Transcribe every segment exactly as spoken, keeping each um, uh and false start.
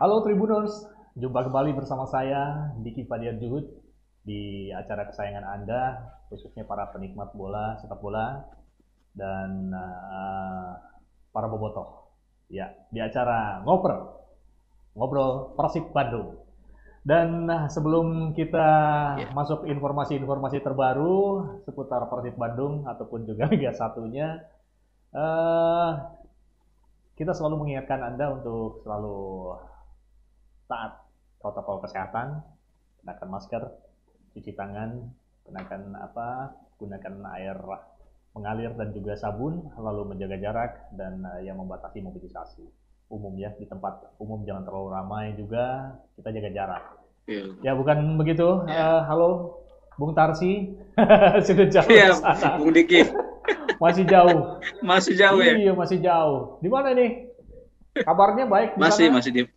Halo Tribuners, jumpa kembali bersama saya Diki Fadiar Juhud di acara kesayangan Anda, khususnya para penikmat bola, sepak bola, dan uh, para bobotoh. Ya, di acara ngoper, ngobrol Persib Bandung. Dan uh, sebelum kita Ya. masuk informasi-informasi terbaru seputar Persib Bandung ataupun juga Liga satunya, uh, kita selalu mengingatkan Anda untuk selalu taat protokol kesehatan, gunakan masker, cuci tangan, gunakan apa, gunakan air mengalir dan juga sabun, lalu menjaga jarak dan uh, yang membatasi mobilisasi umum ya, di tempat umum jangan terlalu ramai juga, kita jaga jarak. Ya, Ya bukan begitu? ya. Uh, halo, Bung Tarsi, sudah jauh di Iya, sana, Bung Diki, masih jauh. masih jauh ya? Iya masih jauh. Di mana nih? Kabarnya baik di Masih, sana? masih di,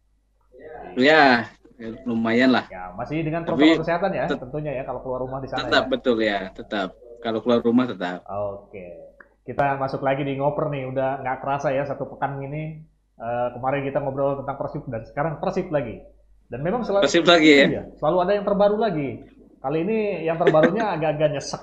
ya, ya, lumayan lah. Ya, masih dengan protokol Tapi kesehatan ya, tet- tentunya ya kalau keluar rumah di sana tetap ya. betul ya, tetap. Kalau keluar rumah tetap. Oke, kita masuk lagi di ngoper nih, udah nggak kerasa ya satu pekan ini. Eh, kemarin kita ngobrol tentang Persib dan sekarang Persib lagi. Dan memang selalu, Persib lagi ya? iya, selalu ada yang terbaru lagi. Kali ini yang terbarunya agak-agak nyesek.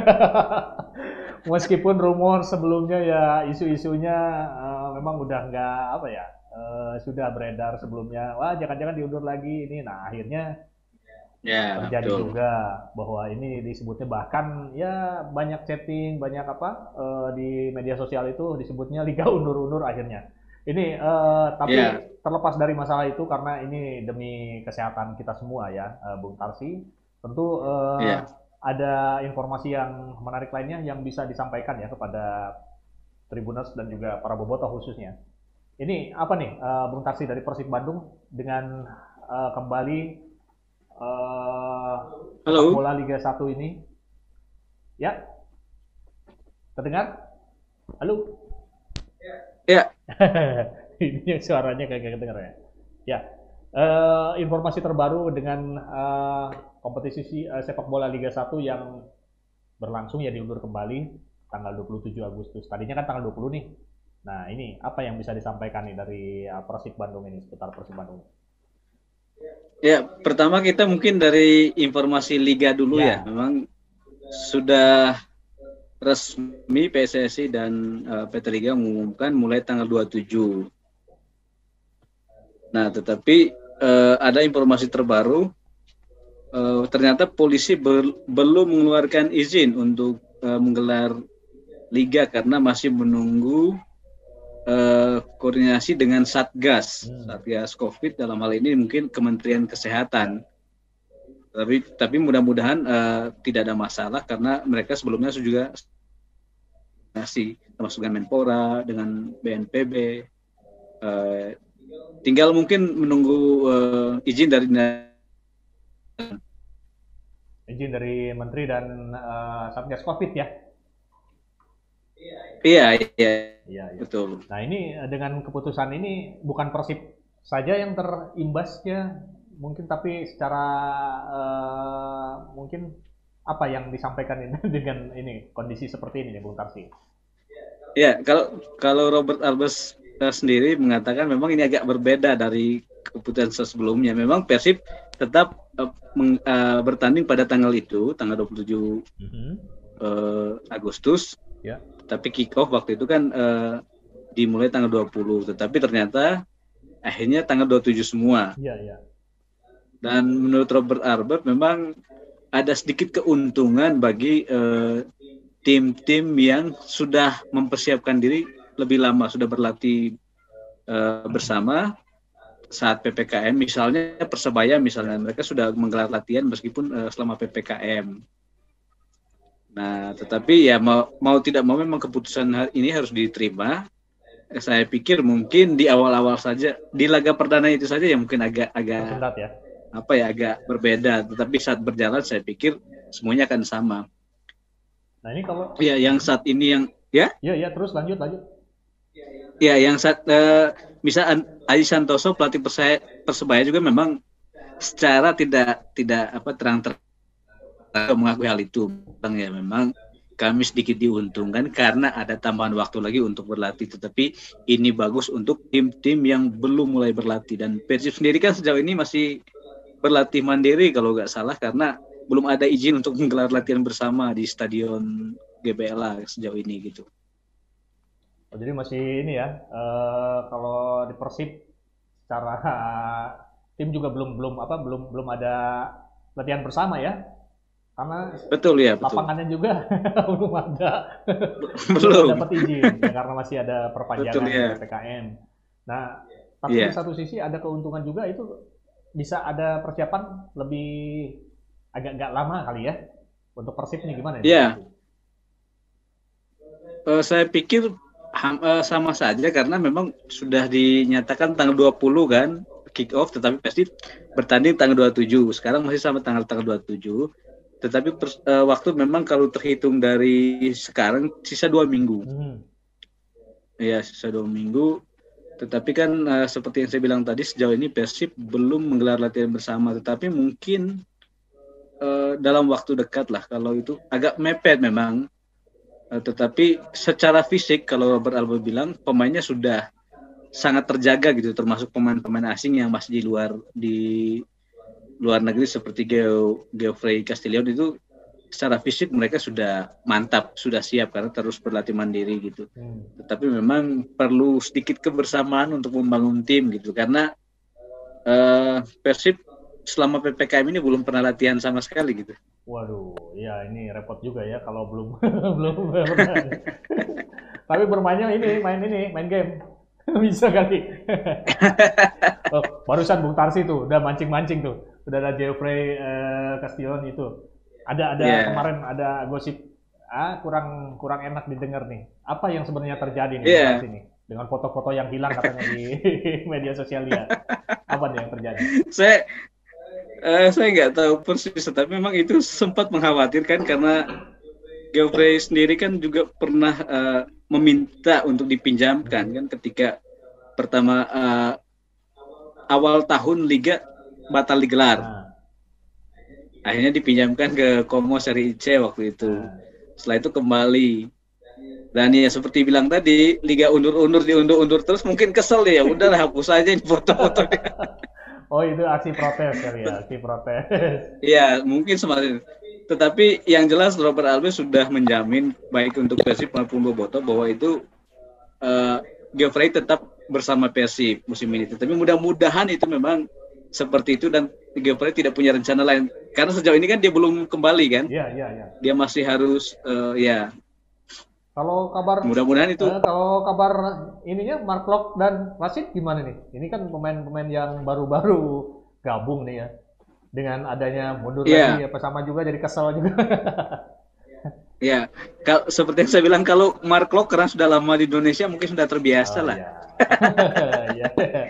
Meskipun rumor sebelumnya ya isu-isunya eh, memang udah nggak apa ya, eh, sudah beredar sebelumnya. Wah jangan-jangan diundur lagi ini. Nah akhirnya Ya, terjadi betul. juga bahwa ini disebutnya bahkan ya banyak chatting banyak apa eh, di media sosial itu disebutnya liga undur-undur akhirnya ini eh, tapi Ya, terlepas dari masalah itu karena ini demi kesehatan kita semua ya eh, Bung Tarsi tentu eh, ya. ada informasi yang menarik lainnya yang bisa disampaikan ya kepada Tribuners dan juga para bobotoh khususnya ini apa nih eh, Bung Tarsi dari Persib Bandung dengan eh, kembali eh, sepak Halo? bola Liga satu ini. Ya, terdengar? Halo? Ya, Ini suaranya kayak kedengar ya. Ya, eh, informasi terbaru dengan eh, kompetisi eh, sepak bola Liga satu yang berlangsung ya diundur kembali tanggal dua puluh tujuh Agustus. Tadinya kan tanggal dua puluh nih. Nah, ini apa yang bisa disampaikan nih dari uh, Persib Bandung ini seputar Persib Bandung? ya. Pertama kita mungkin dari informasi Liga dulu ya. Ya, Memang sudah resmi P S S I dan uh, P T Liga mengumumkan mulai tanggal dua puluh tujuh. Nah, tetapi uh, ada informasi terbaru. Uh, ternyata polisi bel- belum mengeluarkan izin untuk uh, menggelar liga karena masih menunggu uh, koordinasi dengan Satgas, hmm. Satgas COVID dalam hal ini mungkin Kementerian Kesehatan. Tapi tapi mudah-mudahan uh, tidak ada masalah karena mereka sebelumnya juga masih termasuk dengan Menpora, dengan B N P B. Uh, tinggal mungkin menunggu uh, izin dari Izin dari Menteri dan uh, Satgas Covid ya. iya iya Iya, iya. betul. Nah ini eh, dengan keputusan ini bukan Persib saja yang terimbasnya, mungkin tapi secara eh, mungkin apa yang disampaikan ini dengan ini kondisi seperti ini nih Bung Tarsi. Ya, kalau kalau Robert Albers uh, sendiri mengatakan memang ini agak berbeda dari keputusan sebelumnya. Memang Persib tetap uh, meng, uh, bertanding pada tanggal itu, tanggal dua puluh tujuh Mhm. uh, Agustus. Ya, Tapi kick off waktu itu kan uh, dimulai tanggal dua puluh, tetapi ternyata akhirnya tanggal dua puluh tujuh semua. iya, iya. Dan menurut Robert Albert memang ada sedikit keuntungan bagi uh, tim-tim yang sudah mempersiapkan diri lebih lama, sudah berlatih uh, bersama saat P P K M. Misalnya Persebaya, misalnya mereka sudah menggelar latihan meskipun uh, selama P P K M. Nah, tetapi ya mau, mau tidak mau memang keputusan ini harus diterima. Saya pikir mungkin di awal-awal saja, di laga perdana itu saja yang mungkin agak agak Tersendat ya. apa ya agak berbeda. Tetapi saat berjalan saya pikir semuanya akan sama. Nah ini kalau, Ya, yang saat ini yang ya, iya, iya terus lanjut, lanjut. ya yang saat uh, misal Aji Santoso pelatih Persebaya, Persebaya juga memang secara tidak tidak apa terang-terang mengakui hal itu. Ya memang kami sedikit diuntungkan karena ada tambahan waktu lagi untuk berlatih. Tetapi ini bagus untuk tim-tim yang belum mulai berlatih. Dan Persib sendiri kan sejauh ini masih berlatih mandiri kalau nggak salah karena belum ada izin untuk menggelar latihan bersama di Stadion G B L A sejauh ini gitu. Oh, jadi masih ini ya, eh, kalau di Persib secara tim juga belum belum apa belum belum ada latihan bersama ya, karena Betul ya, betul. lapangannya juga belum ada, belum Belum. dapat izin ya, karena masih ada perpanjangan Betul ya. P P K M. Nah, tapi Iya. di satu sisi ada keuntungan juga, itu bisa ada persiapan lebih agak-agak lama kali ya untuk Persib ini, gimana ini? Iya. Eh, saya pikir ham- eh, sama saja karena memang sudah dinyatakan tanggal dua puluh kan kick off, tetapi Persib bertanding tanggal dua puluh tujuh. Sekarang masih sama tanggal tanggal dua puluh tujuh. Tetapi pers- eh, waktu memang kalau terhitung dari sekarang sisa dua minggu. Hmm. Ya, sisa dua minggu. Tetapi kan eh, seperti yang saya bilang tadi, sejauh ini Persib belum menggelar latihan bersama. Tetapi mungkin eh, dalam waktu dekat lah. Kalau itu agak mepet memang. Eh, tetapi secara fisik kalau Robert Alba bilang pemainnya sudah sangat terjaga gitu, termasuk pemain-pemain asing yang masih di luar di luar negeri seperti Geo Geoffrey Castillion itu secara fisik mereka sudah mantap, sudah siap karena terus berlatih mandiri gitu. Hmm. Tetapi memang perlu sedikit kebersamaan untuk membangun tim gitu karena eh, Persib selama P P K M ini belum pernah latihan sama sekali gitu. Waduh, ya ini repot juga ya kalau belum belum pernah. Tapi bermainnya ini, main ini, main game. Bisa kali. Oh, barusan Bung Tarsi tuh udah mancing-mancing tuh. Udah ada Geoffrey eh, Castillion itu. Ada ada Yeah. kemarin ada gosip, ah kurang kurang enak didengar nih. Apa yang sebenarnya terjadi nih Iya. Bung Tarsi nih? Dengan foto-foto yang hilang katanya di media sosial dia. Apa nih yang terjadi? Saya eh, saya nggak tahu persis, tapi memang itu sempat mengkhawatirkan karena Geoffrey sendiri kan juga pernah eh, meminta untuk dipinjamkan kan ketika pertama eh, awal tahun liga batal digelar. Nah, Akhirnya dipinjamkan ke Como Serie C waktu itu. nah. Setelah itu kembali. Dan ya seperti bilang tadi, liga undur-undur diundur-undur terus mungkin kesel ya. Udahlah hapus aja ini foto-foto. Oh, itu aksi protes kali ya, aksi protes. Ya, mungkin semakin. Tetapi yang jelas Robert Alves sudah menjamin baik untuk Persib maupun Boboto bahwa itu uh, Geoffrey tetap bersama Persib musim ini. Tapi mudah-mudahan itu memang seperti itu dan Geoffrey tidak punya rencana lain. Karena sejauh ini kan dia belum kembali kan. Iya, iya, iya. Dia masih harus uh, ya. Kalau kabar Mudah-mudahan itu. eh, kalau kabar ininya Mark Locke dan Rashid gimana nih? Ini kan pemain-pemain yang baru-baru gabung nih ya. Dengan adanya mundur Iya. lagi apa sama juga jadi kesel juga. Ya, kal- seperti yang saya bilang kalau Mark Locke karena sudah lama di Indonesia mungkin sudah terbiasa Oh, lah. iya. Iya.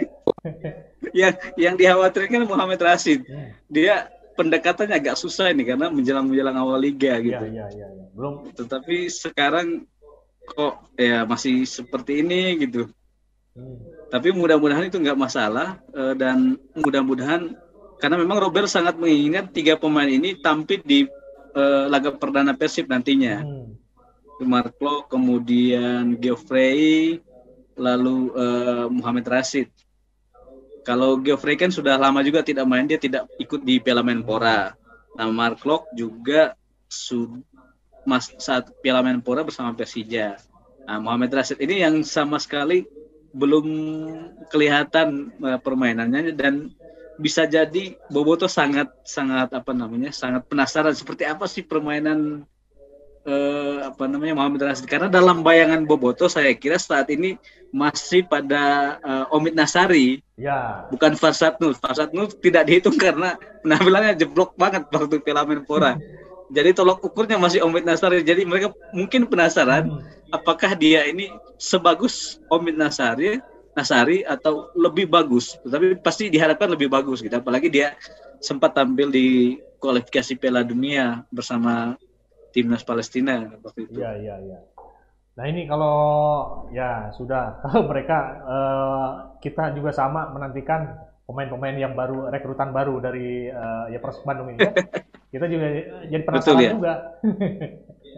Yang yang dikhawatirkan Muhammad Rashid. Hmm. Dia pendekatannya agak susah ini karena menjelang-menjelang awal liga Iya, gitu. iya, iya, iya. Belum. Tetapi sekarang kok ya masih seperti ini gitu. Hmm. Tapi mudah-mudahan itu nggak masalah eh, dan mudah-mudahan karena memang Robert sangat menginginkan tiga pemain ini tampil di eh, laga perdana Persib nantinya. Hmm. Mark Locke, kemudian Geoffrey, lalu eh, Muhammad Rashid. Kalau Geoffrey kan sudah lama juga tidak main, dia tidak ikut di Piala Menpora. Nah, Mark Locke juga su- mas saat Piala Menpora bersama Persija. Nah, Muhammad Rashid ini yang sama sekali belum kelihatan uh, permainannya dan bisa jadi Boboto sangat sangat apa namanya sangat penasaran seperti apa sih permainan uh, apa namanya Muhammad Rashid karena dalam bayangan Boboto saya kira saat ini masih pada uh, Omid Nasari. Ya. Bukan Farsad Nur. Farsad Nur tidak dihitung karena penampilannya jeblok banget waktu Piala Menpora. Jadi tolok ukurnya masih Omid Nasari. Jadi mereka mungkin penasaran Hmm. apakah dia ini sebagus Omid Nasari, Nasari atau lebih bagus. Tetapi pasti diharapkan lebih bagus gitu. Apalagi dia sempat tampil di kualifikasi Piala Dunia bersama timnas Palestina waktu itu. Iya, iya, iya. Nah ini kalau ya sudah kalau mereka eh, kita juga sama menantikan pemain-pemain yang baru rekrutan baru dari eh, ya Persib Bandung ini ya. Kita juga jadi penasaran Betul, ya. juga.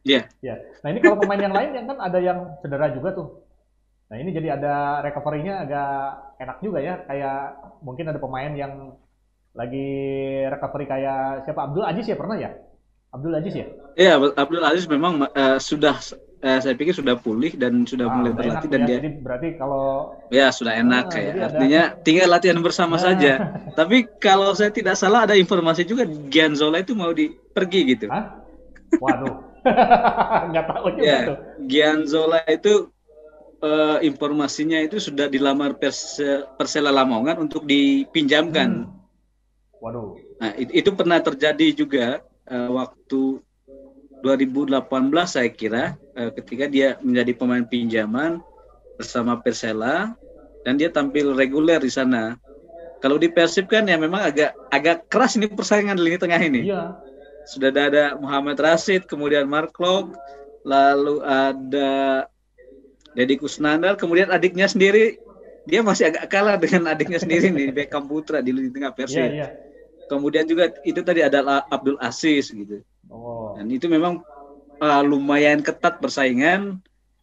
Iya. Ya. Nah ini kalau pemain yang lain yang kan ada yang cedera juga tuh. Nah ini jadi ada recovery-nya agak enak juga ya. Kayak mungkin ada pemain yang lagi recovery kayak siapa, Abdul Aziz ya, pernah ya? Abdul Aziz ya? Iya, Abdul Aziz memang uh, sudah uh, saya pikir sudah pulih dan sudah Ah, mulai udah enak berlatih tuh dan ya. dia Jadi berarti kalau ya sudah enak ah, kayak jadi ada artinya tinggal latihan bersama nah, saja. Tapi kalau saya tidak salah ada informasi juga Gianzola itu mau di pergi gitu. hah? Waduh. Nggak tahu juga Ya, tuh. Gianzola itu uh, informasinya itu sudah dilamar Perse, Persela Lamongan untuk dipinjamkan. Hmm. Waduh. Nah, itu, itu pernah terjadi juga uh, waktu dua ribu delapan belas saya kira uh, ketika dia menjadi pemain pinjaman bersama Persela dan dia tampil reguler di sana. Kalau di Persib kan ya memang agak agak keras ini persaingan di lini tengah ini. Iya. Sudah ada Muhammad Rashid, kemudian Mark Klok, lalu ada Deddy Kusnandar, kemudian adiknya sendiri dia masih agak kalah dengan adiknya sendiri nih Beckham Putra di lini tengah Persib. Iya, iya. Kemudian juga itu tadi ada Abdul Aziz gitu. Oh. Dan itu memang uh, lumayan ketat persaingan.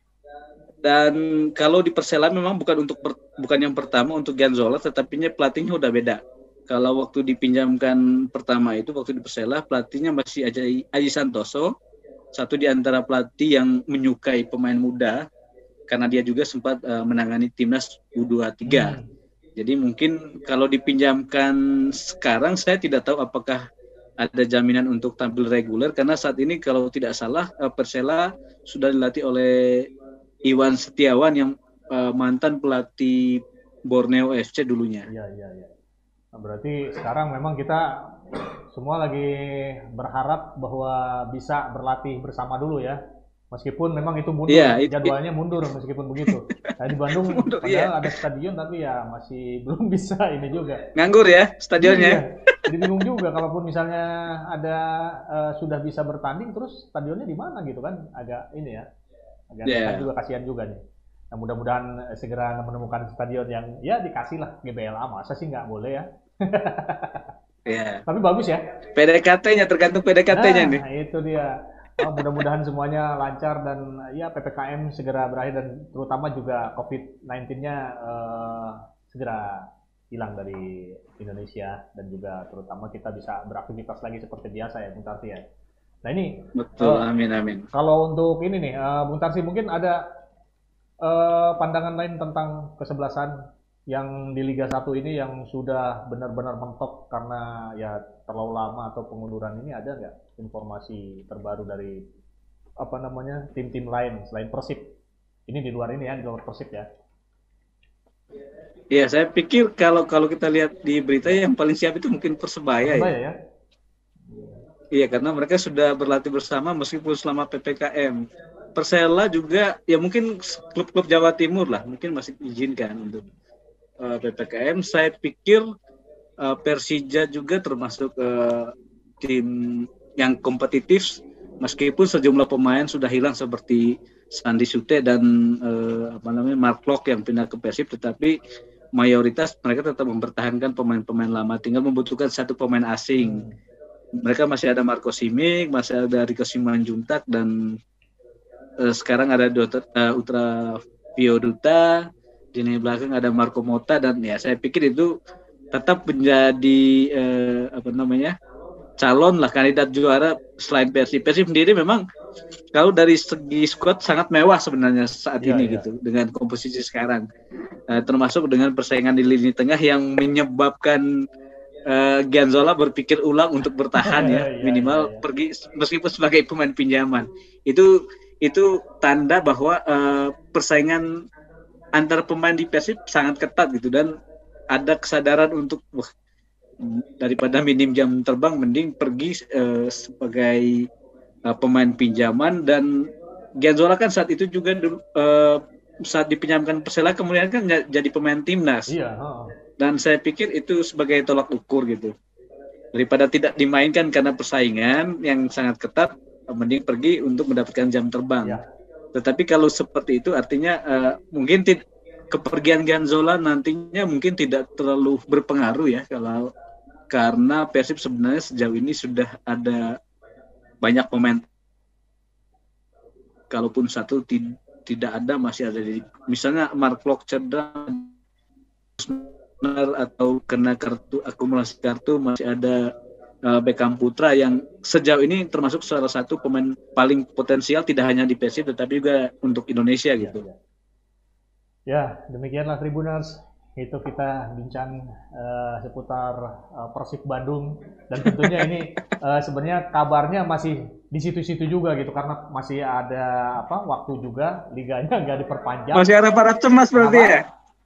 Dan kalau di Persela memang bukan untuk per, bukan yang pertama untuk Gianzola, tetapinya pelatihnya udah beda. Kalau waktu dipinjamkan pertama itu waktu di Persela pelatihnya masih Aji, Aji Santoso, satu di antara pelatih yang menyukai pemain muda karena dia juga sempat uh, menangani timnas U dua puluh tiga. Hmm. Jadi mungkin kalau dipinjamkan sekarang saya tidak tahu apakah ada jaminan untuk tampil reguler karena saat ini kalau tidak salah uh, Persela sudah dilatih oleh Iwan Setiawan yang uh, mantan pelatih Borneo F C dulunya. Iya, iya, iya. Nah, berarti sekarang memang kita semua lagi berharap bahwa bisa berlatih bersama dulu ya. Meskipun memang itu mundur, yeah, it, jadwalnya mundur meskipun begitu. Nah, di Bandung mundur, padahal yeah. ada stadion tapi ya masih belum bisa ini juga. Nganggur ya stadionnya. Iya. Jadi bingung juga kalaupun misalnya ada uh, sudah bisa bertanding terus stadionnya di mana gitu kan, agak ini ya. Agak yeah. juga kasihan juga nih. Nah, mudah-mudahan segera menemukan stadion yang ya dikasih lah G B L A, masa sih nggak boleh ya? yeah. Tapi bagus ya. P D K T-nya tergantung P D K T-nya nah, nih. Nah itu dia. Oh, mudah-mudahan semuanya lancar dan ya P P K M segera berakhir dan terutama juga covid sembilan belas-nya uh, segera hilang dari Indonesia dan juga terutama kita bisa beraktivitas lagi seperti biasa ya, Bung Tarsi ya. Nah ini betul, uh, amin amin. Kalau untuk ini nih, uh, Bung Tarsi mungkin ada uh, pandangan lain tentang kesebelasan yang di Liga satu ini yang sudah benar-benar mentok karena ya terlalu lama atau pengunduran ini, ada nggak informasi terbaru dari apa namanya tim-tim lain selain Persib? Ini di luar ini ya, di luar Persib ya. Iya, saya pikir kalau kalau kita lihat di berita yang paling siap itu mungkin Persebaya, Persebaya ya. ya. Iya, karena mereka sudah berlatih bersama meskipun selama P P K M. Persela juga, ya mungkin klub-klub Jawa Timur lah, mungkin masih diizinkan untuk uh, P P K M. Saya pikir uh, Persija juga termasuk uh, tim yang kompetitif, meskipun sejumlah pemain sudah hilang seperti Sandi Sute dan uh, apa namanya Mark Klok yang pindah ke Persib, tetapi mayoritas mereka tetap mempertahankan pemain-pemain lama, tinggal membutuhkan satu pemain asing. Hmm. Mereka masih ada Marco Simic, masih ada Rico Simanjuntak, dan uh, sekarang ada Dota, uh, Utra Pioduta, di belakang ada Marco Mota, dan ya saya pikir itu tetap menjadi uh, apa namanya calon lah kandidat juara selain Persib. Persib sendiri memang kalau dari segi squad sangat mewah sebenarnya saat yeah, ini yeah. gitu dengan komposisi sekarang, uh, termasuk dengan persaingan di lini tengah yang menyebabkan uh, Gianzola berpikir ulang untuk bertahan ya minimal yeah, yeah. pergi meskipun sebagai pemain pinjaman. Itu itu tanda bahwa uh, persaingan antar pemain di Persib sangat ketat gitu, dan ada kesadaran untuk wah, daripada minim jam terbang mending pergi uh, sebagai uh, pemain pinjaman. Dan Gianzola kan saat itu juga uh, saat dipinjamkan Persela kemudian kan jadi pemain timnas. Iya, oh. Dan saya pikir itu sebagai tolak ukur gitu, daripada tidak dimainkan karena persaingan yang sangat ketat, mending pergi untuk mendapatkan jam terbang. Iya. Tetapi kalau seperti itu artinya uh, mungkin t- kepergian Gianzola nantinya mungkin tidak terlalu berpengaruh ya, kalau karena Persib sebenarnya sejauh ini sudah ada banyak pemain kalaupun satu ti- tidak ada masih ada di misalnya Mark Klok cedera atau kena kartu akumulasi kartu masih ada uh, Beckham Putra yang sejauh ini termasuk salah satu pemain paling potensial tidak hanya di Persib tetapi juga untuk Indonesia Ya, gitu. ya. Ya, demikianlah Tribuners. Itu kita bincang uh, seputar uh, Persib Bandung dan tentunya ini uh, sebenarnya kabarnya masih di situ-situ juga gitu karena masih ada apa waktu juga liganya nggak diperpanjang. Masih harap-harap cemas berarti ya?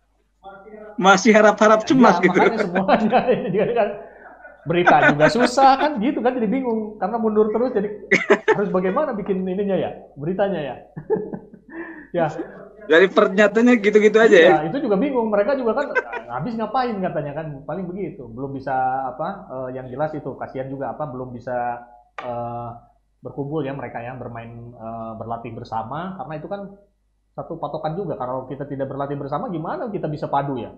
Masih harap-harap cemas ya, gitu. Makanya semuanya ini juga kan berita juga susah kan gitu kan jadi bingung karena mundur terus jadi harus bagaimana bikin ininya ya beritanya ya. Ya. Dari pernyataannya gitu-gitu aja ya. Ya, itu juga bingung. Mereka juga kan habis ngapain katanya kan paling begitu. Belum bisa apa uh, yang jelas itu kasihan juga apa belum bisa uh, berkumpul ya mereka yang bermain uh, berlatih bersama karena itu kan satu patokan juga kalau kita tidak berlatih bersama gimana kita bisa padu ya.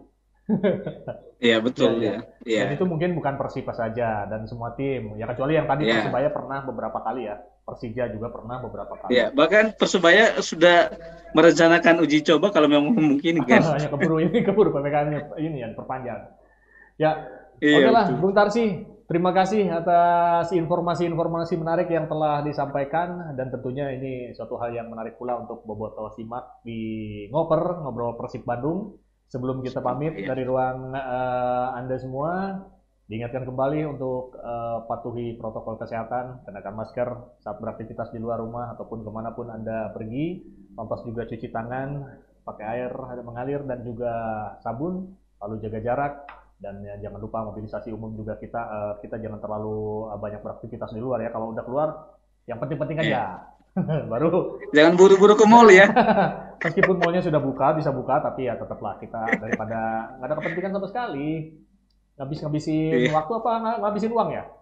Iya betul ya, ya. ya. Dan itu mungkin bukan Persib saja dan semua tim. Ya kecuali yang tadi ya. Persibaya pernah beberapa kali ya. Persija juga pernah beberapa kali. Ya, bahkan Persebaya sudah merencanakan uji coba kalau memang memungkinkan. Hanya keburu ini keburu P P K M ini yang perpanjang. Ya, iya, oke lah, Bung Tarsi. Terima kasih atas informasi-informasi menarik yang telah disampaikan dan tentunya ini suatu hal yang menarik pula untuk Boboto simak di Ngoper, Ngobrol Persib Bandung. Sebelum kita pamit iya. dari ruang uh, Anda semua, diingatkan kembali untuk uh, patuhi protokol kesehatan, kenakan masker saat beraktivitas di luar rumah ataupun kemanapun Anda pergi, lantas juga cuci tangan, pakai air mengalir dan juga sabun, lalu jaga jarak, dan ya, jangan lupa mobilisasi umum juga kita uh, kita jangan terlalu uh, banyak beraktivitas di luar ya. Kalau udah keluar, yang penting-penting aja. Yeah. Baru jangan buru-buru ke mall ya. Meskipun mallnya sudah buka, bisa buka, tapi ya tetaplah kita daripada nggak ada kepentingan sama sekali. Ngabis-ngabisin yeah. waktu apa ngabisin uang ya?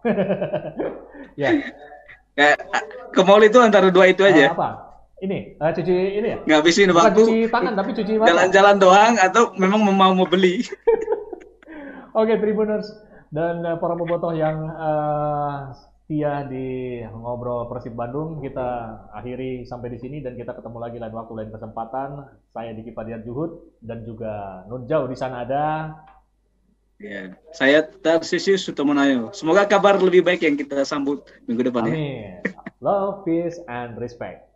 Ya. Kayak ke mall itu antara dua itu aja. Uh, apa? Ini uh, cuci ini ya? Ngabisin Bukan waktu. Cuci tangan tapi cuci mata. Jalan-jalan doang atau memang mau mau beli? Oke, okay, Tribuners dan uh, para bobotoh yang uh, setia di Ngobrol Persib Bandung, kita akhiri sampai di sini dan kita ketemu lagi lain waktu lain kesempatan. Saya Diki Padian Juhud dan juga Nur Jau di sana ada. Ya, saya Tarsisius Sutomonayo. Semoga kabar lebih baik yang kita sambut minggu depan. Amin. Ya. Love, peace, and respect.